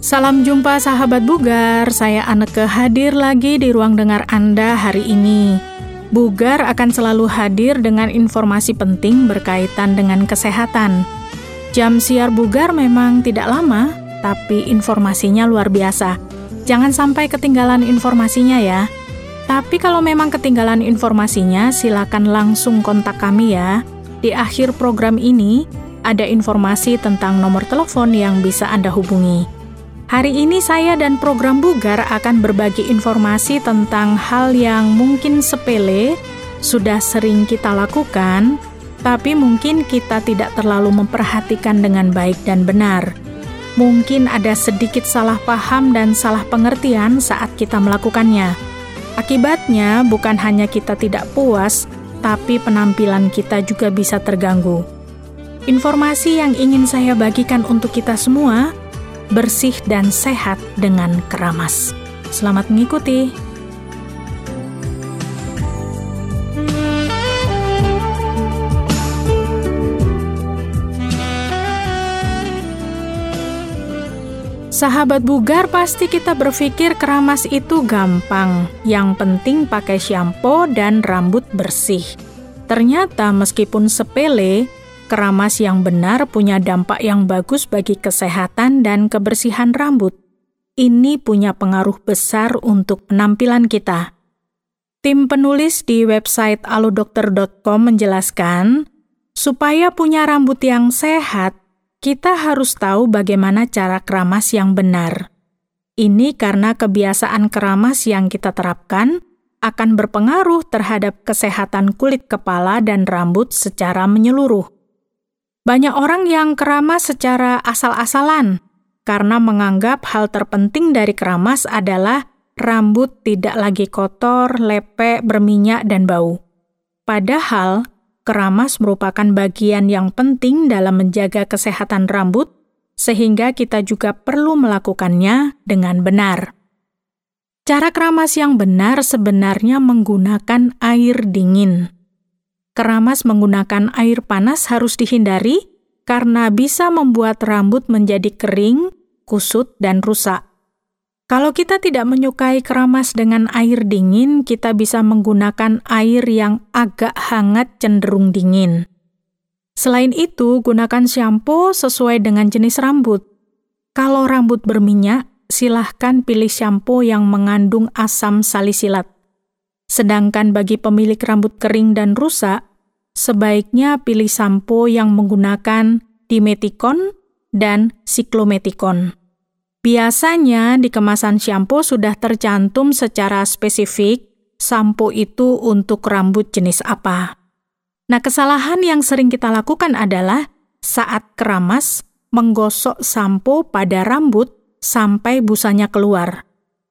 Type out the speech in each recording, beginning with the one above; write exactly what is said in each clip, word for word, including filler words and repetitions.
Salam jumpa sahabat Bugar, saya Anneke hadir lagi di ruang dengar Anda hari ini. Bugar akan selalu hadir dengan informasi penting berkaitan dengan kesehatan. Jam siar Bugar memang tidak lama, tapi informasinya luar biasa. Jangan sampai ketinggalan informasinya ya. Tapi kalau memang ketinggalan informasinya, silakan langsung kontak kami ya. Di akhir program ini, ada informasi tentang nomor telepon yang bisa Anda hubungi. Hari ini saya dan program Bugar akan berbagi informasi tentang hal yang mungkin sepele, sudah sering kita lakukan, tapi mungkin kita tidak terlalu memperhatikan dengan baik dan benar. Mungkin ada sedikit salah paham dan salah pengertian saat kita melakukannya. Akibatnya bukan hanya kita tidak puas, tapi penampilan kita juga bisa terganggu. Informasi yang ingin saya bagikan untuk kita semua, bersih dan sehat dengan keramas. Selamat mengikuti. Sahabat Bugar, pasti kita berpikir keramas itu gampang. Yang penting pakai shampoo dan rambut bersih. Ternyata meskipun sepele, keramas yang benar punya dampak yang bagus bagi kesehatan dan kebersihan rambut. Ini punya pengaruh besar untuk penampilan kita. Tim penulis di website alodokter dot com menjelaskan, supaya punya rambut yang sehat, kita harus tahu bagaimana cara keramas yang benar. Ini karena kebiasaan keramas yang kita terapkan akan berpengaruh terhadap kesehatan kulit kepala dan rambut secara menyeluruh. Banyak orang yang keramas secara asal-asalan karena menganggap hal terpenting dari keramas adalah rambut tidak lagi kotor, lepek, berminyak, dan bau. Padahal, keramas merupakan bagian yang penting dalam menjaga kesehatan rambut, sehingga kita juga perlu melakukannya dengan benar. Cara keramas yang benar sebenarnya menggunakan air dingin. Keramas menggunakan air panas harus dihindari karena bisa membuat rambut menjadi kering, kusut, dan rusak. Kalau kita tidak menyukai keramas dengan air dingin, kita bisa menggunakan air yang agak hangat cenderung dingin. Selain itu, gunakan shampoo sesuai dengan jenis rambut. Kalau rambut berminyak, silahkan pilih shampoo yang mengandung asam salisilat. Sedangkan bagi pemilik rambut kering dan rusak, sebaiknya pilih sampo yang menggunakan dimetikon dan siklometikon. Biasanya di kemasan shampoo sudah tercantum secara spesifik sampo itu untuk rambut jenis apa. Nah, kesalahan yang sering kita lakukan adalah saat keramas menggosok sampo pada rambut sampai busanya keluar.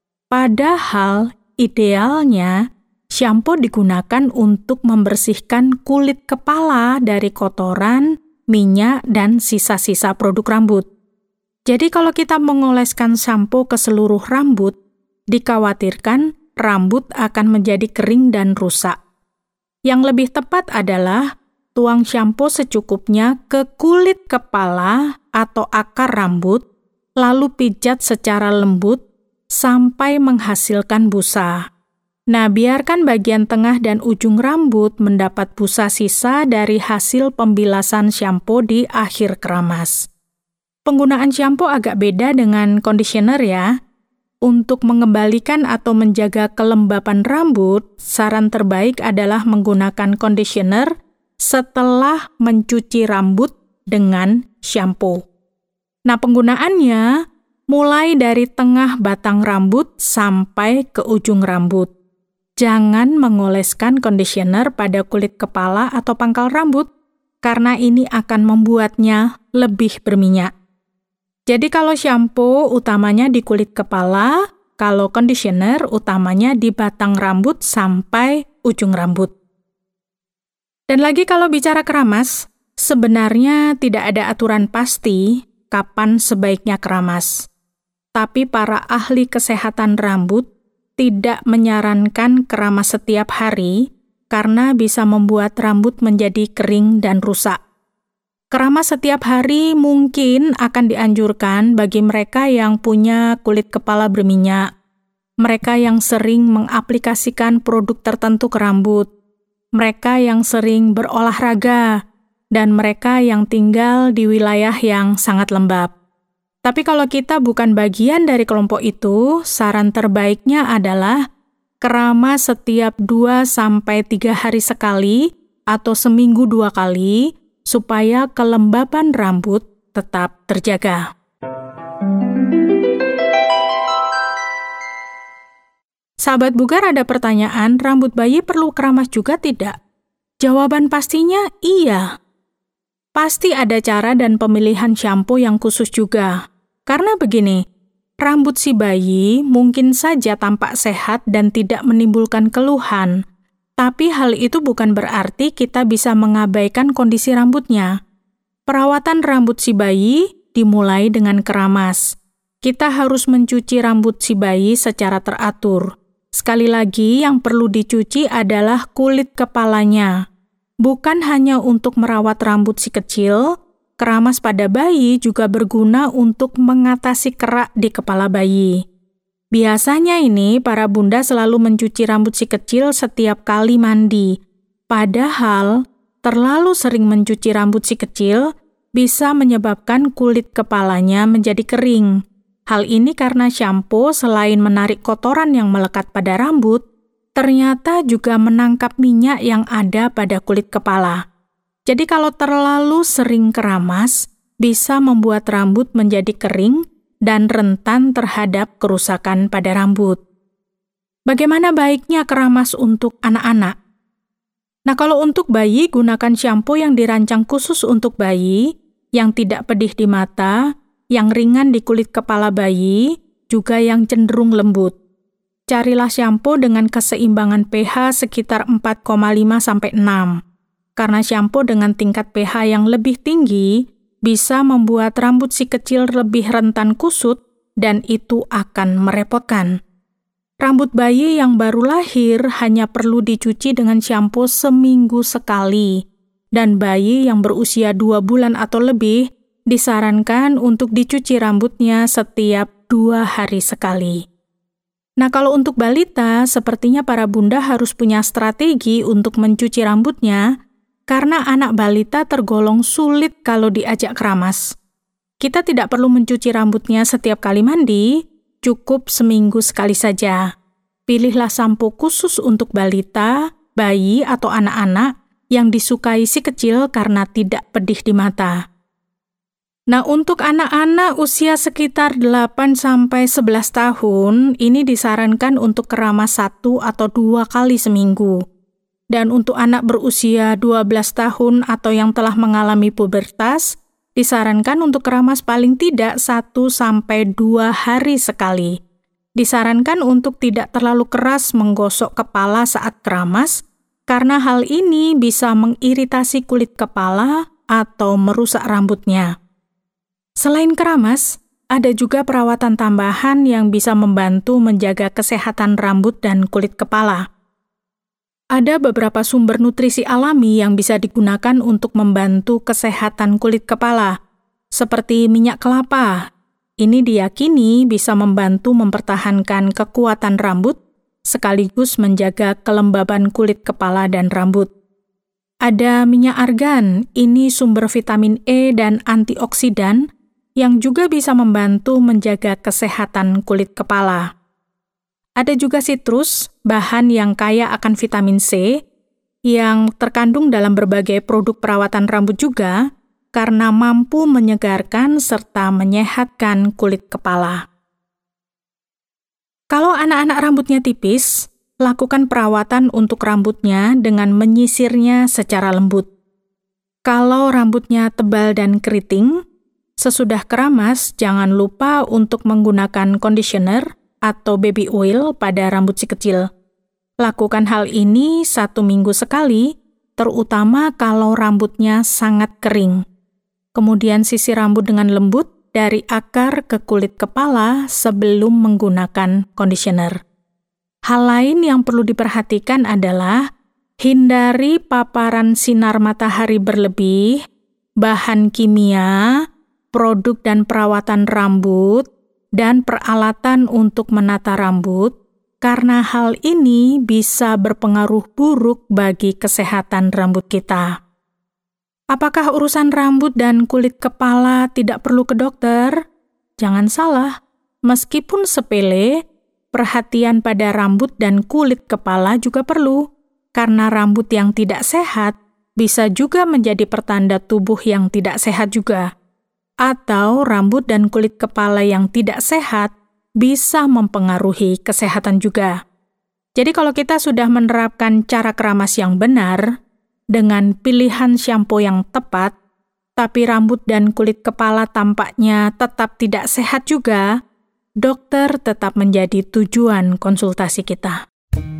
Padahal idealnya shampoo digunakan untuk membersihkan kulit kepala dari kotoran, minyak, dan sisa-sisa produk rambut. Jadi kalau kita mengoleskan shampoo ke seluruh rambut, dikhawatirkan rambut akan menjadi kering dan rusak. Yang lebih tepat adalah tuang shampoo secukupnya ke kulit kepala atau akar rambut, lalu pijat secara lembut sampai menghasilkan busa. Nah, biarkan bagian tengah dan ujung rambut mendapat busa sisa dari hasil pembilasan shampoo di akhir keramas. Penggunaan shampoo agak beda dengan conditioner ya. Untuk mengembalikan atau menjaga kelembapan rambut, saran terbaik adalah menggunakan conditioner setelah mencuci rambut dengan shampoo. Nah, penggunaannya mulai dari tengah batang rambut sampai ke ujung rambut. Jangan mengoleskan conditioner pada kulit kepala atau pangkal rambut, karena ini akan membuatnya lebih berminyak. Jadi kalau shampoo utamanya di kulit kepala, kalau conditioner utamanya di batang rambut sampai ujung rambut. Dan lagi kalau bicara keramas, sebenarnya tidak ada aturan pasti kapan sebaiknya keramas. Tapi para ahli kesehatan rambut tidak menyarankan keramas setiap hari karena bisa membuat rambut menjadi kering dan rusak. Keramas setiap hari mungkin akan dianjurkan bagi mereka yang punya kulit kepala berminyak, mereka yang sering mengaplikasikan produk tertentu ke rambut, mereka yang sering berolahraga, dan mereka yang tinggal di wilayah yang sangat lembab. Tapi kalau kita bukan bagian dari kelompok itu, saran terbaiknya adalah keramas setiap dua sampai tiga hari sekali atau seminggu dua kali, supaya kelembaban rambut tetap terjaga. Sahabat bugar, ada pertanyaan, rambut bayi perlu keramas juga tidak? Jawaban pastinya iya. Pasti ada cara dan pemilihan shampoo yang khusus juga. Karena begini, rambut si bayi mungkin saja tampak sehat dan tidak menimbulkan keluhan, tapi hal itu bukan berarti kita bisa mengabaikan kondisi rambutnya. Perawatan rambut si bayi dimulai dengan keramas. Kita harus mencuci rambut si bayi secara teratur. Sekali lagi, yang perlu dicuci adalah kulit kepalanya. Bukan hanya untuk merawat rambut si kecil, keramas pada bayi juga berguna untuk mengatasi kerak di kepala bayi. Biasanya ini para bunda selalu mencuci rambut si kecil setiap kali mandi. Padahal, terlalu sering mencuci rambut si kecil bisa menyebabkan kulit kepalanya menjadi kering. Hal ini karena shampoo selain menarik kotoran yang melekat pada rambut, ternyata juga menangkap minyak yang ada pada kulit kepala. Jadi kalau terlalu sering keramas, bisa membuat rambut menjadi kering dan rentan terhadap kerusakan pada rambut. Bagaimana baiknya keramas untuk anak-anak? Nah, kalau untuk bayi, gunakan shampoo yang dirancang khusus untuk bayi, yang tidak pedih di mata, yang ringan di kulit kepala bayi, juga yang cenderung lembut. Carilah shampoo dengan keseimbangan pH sekitar empat koma lima sampai enam. Karena shampoo dengan tingkat pH yang lebih tinggi bisa membuat rambut si kecil lebih rentan kusut dan itu akan merepotkan. Rambut bayi yang baru lahir hanya perlu dicuci dengan shampoo seminggu sekali, dan bayi yang berusia dua bulan atau lebih disarankan untuk dicuci rambutnya setiap dua hari sekali. Nah, kalau untuk balita, sepertinya para bunda harus punya strategi untuk mencuci rambutnya, karena anak balita tergolong sulit kalau diajak keramas. Kita tidak perlu mencuci rambutnya setiap kali mandi, cukup seminggu sekali saja. Pilihlah sampo khusus untuk balita, bayi, atau anak-anak yang disukai si kecil karena tidak pedih di mata. Nah, untuk anak-anak usia sekitar delapan sampai sebelas tahun, ini disarankan untuk keramas satu atau dua kali seminggu. Dan untuk anak berusia dua belas tahun atau yang telah mengalami pubertas, disarankan untuk keramas paling tidak satu sampai dua hari sekali. Disarankan untuk tidak terlalu keras menggosok kepala saat keramas, karena hal ini bisa mengiritasi kulit kepala atau merusak rambutnya. Selain keramas, ada juga perawatan tambahan yang bisa membantu menjaga kesehatan rambut dan kulit kepala. Ada beberapa sumber nutrisi alami yang bisa digunakan untuk membantu kesehatan kulit kepala, seperti minyak kelapa. Ini diyakini bisa membantu mempertahankan kekuatan rambut, sekaligus menjaga kelembaban kulit kepala dan rambut. Ada minyak argan, ini sumber vitamin E dan antioksidan, yang juga bisa membantu menjaga kesehatan kulit kepala. Ada juga sitrus, bahan yang kaya akan vitamin C, yang terkandung dalam berbagai produk perawatan rambut juga, karena mampu menyegarkan serta menyehatkan kulit kepala. Kalau anak-anak rambutnya tipis, lakukan perawatan untuk rambutnya dengan menyisirnya secara lembut. Kalau rambutnya tebal dan keriting, sesudah keramas jangan lupa untuk menggunakan conditioner atau baby oil pada rambut si kecil. Lakukan hal ini satu minggu sekali, terutama kalau rambutnya sangat kering. Kemudian sisir rambut dengan lembut dari akar ke kulit kepala sebelum menggunakan conditioner. Hal lain yang perlu diperhatikan adalah hindari paparan sinar matahari berlebih, bahan kimia, produk dan perawatan rambut, dan peralatan untuk menata rambut, karena hal ini bisa berpengaruh buruk bagi kesehatan rambut kita. Apakah urusan rambut dan kulit kepala tidak perlu ke dokter? Jangan salah, meskipun sepele, perhatian pada rambut dan kulit kepala juga perlu, karena rambut yang tidak sehat bisa juga menjadi pertanda tubuh yang tidak sehat juga. Atau rambut dan kulit kepala yang tidak sehat bisa mempengaruhi kesehatan juga. Jadi kalau kita sudah menerapkan cara keramas yang benar, dengan pilihan shampoo yang tepat, tapi rambut dan kulit kepala tampaknya tetap tidak sehat juga, dokter tetap menjadi tujuan konsultasi kita.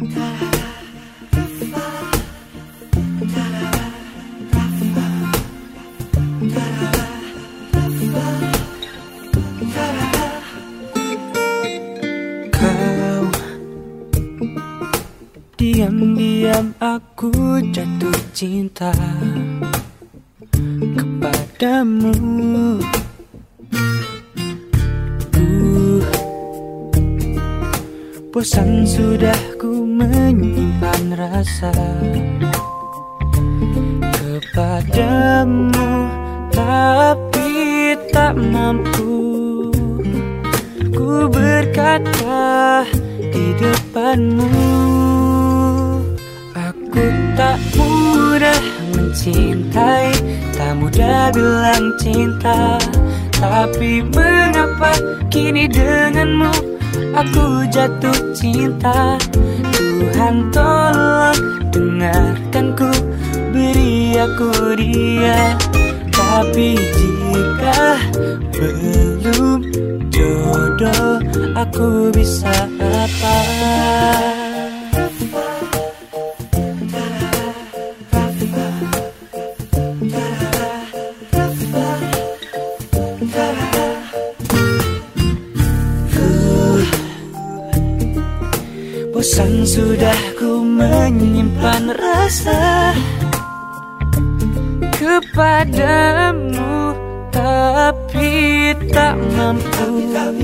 Diam-diam aku jatuh cinta kepadamu. uh, Bosan sudah ku menyimpan rasa kepadamu, tapi tak mampu ku berkata di depanmu. Aku tak mudah mencintai, tak mudah bilang cinta, tapi mengapa kini denganmu aku jatuh cinta. Tuhan tolong dengarkanku, beri aku dia. Tapi jika belum jodoh, aku bisa apa? Bosan sudah ku menyimpan rasa kepadamu, tapi tak mampu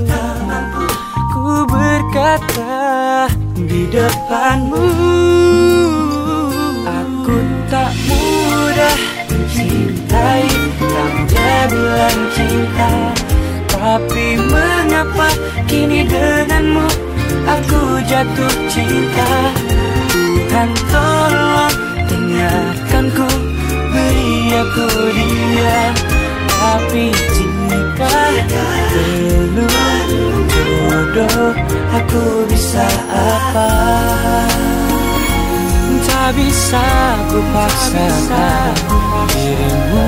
ku berkata di depanmu. Aku tak mudah mencintai, tak mudah bilang cinta, tapi mengapa kini denganmu aku jatuh cinta. Tuhan tolong dengarkanku, beri aku dia. Tapi jika belum jodoh, aku bisa apa? Tak bisa ku paksakan dirimu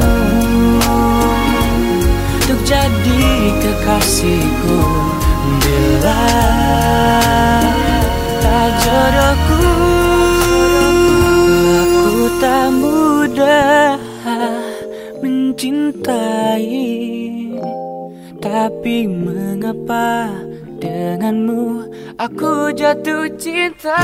untuk jadi kekasihku. Bila tak jodohku, aku tak mudah mencintai, tapi mengapa denganmu aku jatuh cinta.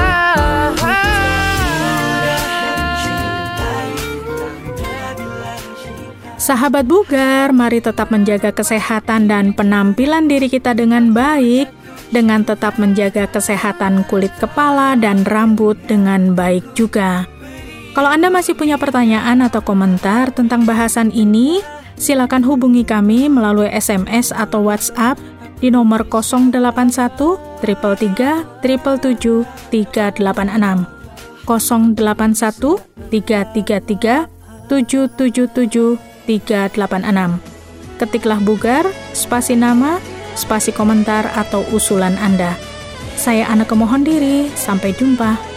Sahabat bugar, mari tetap menjaga kesehatan dan penampilan diri kita dengan baik, dengan tetap menjaga kesehatan kulit kepala dan rambut dengan baik juga. Kalau Anda masih punya pertanyaan atau komentar tentang bahasan ini, silakan hubungi kami melalui S M S atau WhatsApp di nomor nol delapan satu tiga tiga tiga tujuh tujuh tiga delapan enam nol delapan satu tiga tiga tiga tujuh tujuh tujuh tiga delapan enam. Ketiklah bugar, spasi nama, spasi komentar atau usulan Anda. Saya Ana kemohon diri, sampai jumpa.